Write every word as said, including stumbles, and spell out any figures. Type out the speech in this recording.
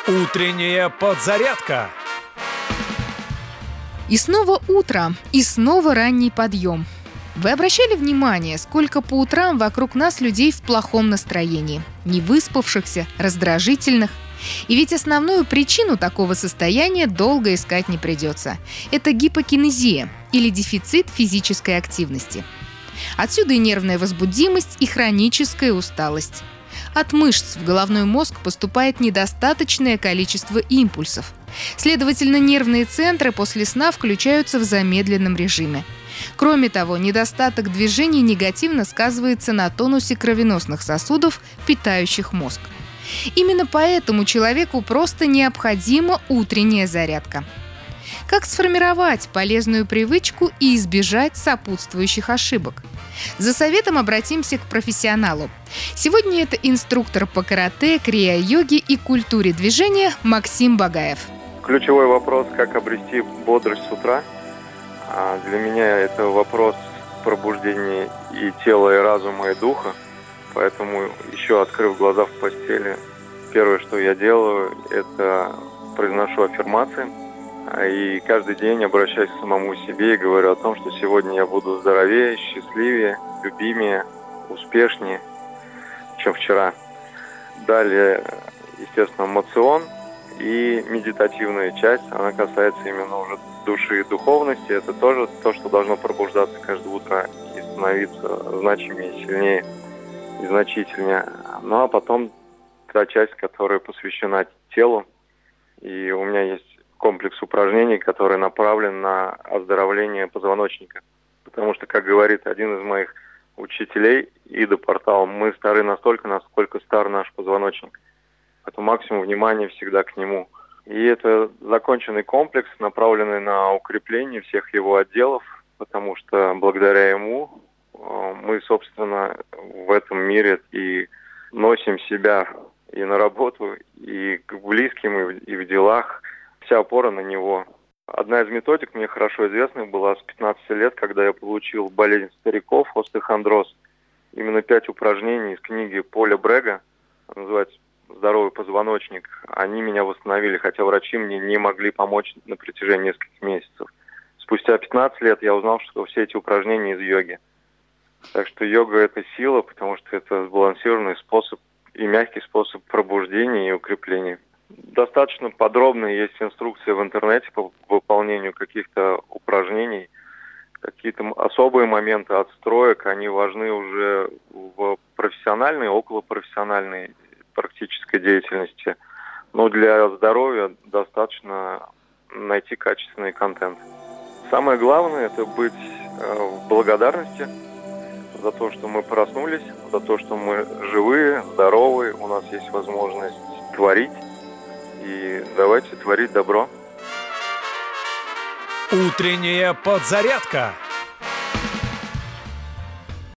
Утренняя подзарядка. И снова утро, и снова ранний подъем. Вы обращали внимание, сколько по утрам вокруг нас людей в плохом настроении, невыспавшихся, раздражительных? И ведь основную причину такого состояния долго искать не придется. Это гипокинезия или дефицит физической активности. Отсюда и нервная возбудимость, и хроническая усталость. От мышц в головной мозг поступает недостаточное количество импульсов. Следовательно, нервные центры после сна включаются в замедленном режиме. Кроме того, недостаток движений негативно сказывается на тонусе кровеносных сосудов, питающих мозг. Именно поэтому человеку просто необходима утренняя зарядка. Как сформировать полезную привычку и избежать сопутствующих ошибок? За советом обратимся к профессионалу. Сегодня это инструктор по карате, крия-йоге и культуре движения Максим Багаев. Ключевой вопрос, как обрести бодрость с утра. А для меня это вопрос пробуждения и тела, и разума, и духа. Поэтому, еще открыв глаза в постели, первое, что я делаю, это произношу аффирмации. И каждый день обращаюсь к самому себе и говорю о том, что сегодня я буду здоровее, счастливее, любимее, успешнее, чем вчера. Далее, естественно, моцион и медитативная часть. Она касается именно уже души и духовности. Это тоже то, что должно пробуждаться каждое утро и становиться значимее, сильнее и значительнее. Ну а потом та часть, которая посвящена телу. И у меня есть комплекс упражнений, который направлен на оздоровление позвоночника. Потому что, как говорит один из моих учителей, Ида Портал, мы стары настолько, насколько стар наш позвоночник. Поэтому максимум внимания всегда к нему. И это законченный комплекс, направленный на укрепление всех его отделов, потому что благодаря ему мы, собственно, в этом мире и носим себя и на работу, и к близким, и в делах. Вся опора на него. Одна из методик мне хорошо известных была с пятнадцати лет, когда я получил болезнь стариков, остеохондроз. Именно пять упражнений из книги Поля Брега, называется «Здоровый позвоночник». Они меня восстановили, хотя врачи мне не могли помочь на протяжении нескольких месяцев. Спустя пятнадцать лет я узнал, что все эти упражнения из йоги. Так что йога – это сила, потому что это сбалансированный способ и мягкий способ пробуждения и укрепления. Достаточно подробно есть инструкции в интернете по выполнению каких-то упражнений. Какие-то особые моменты отстроек, они важны уже в профессиональной, околопрофессиональной практической деятельности. Но для здоровья достаточно найти качественный контент. Самое главное – это быть в благодарности за то, что мы проснулись, за то, что мы живые, здоровые, у нас есть возможность творить. И давайте творить добро. Утренняя подзарядка.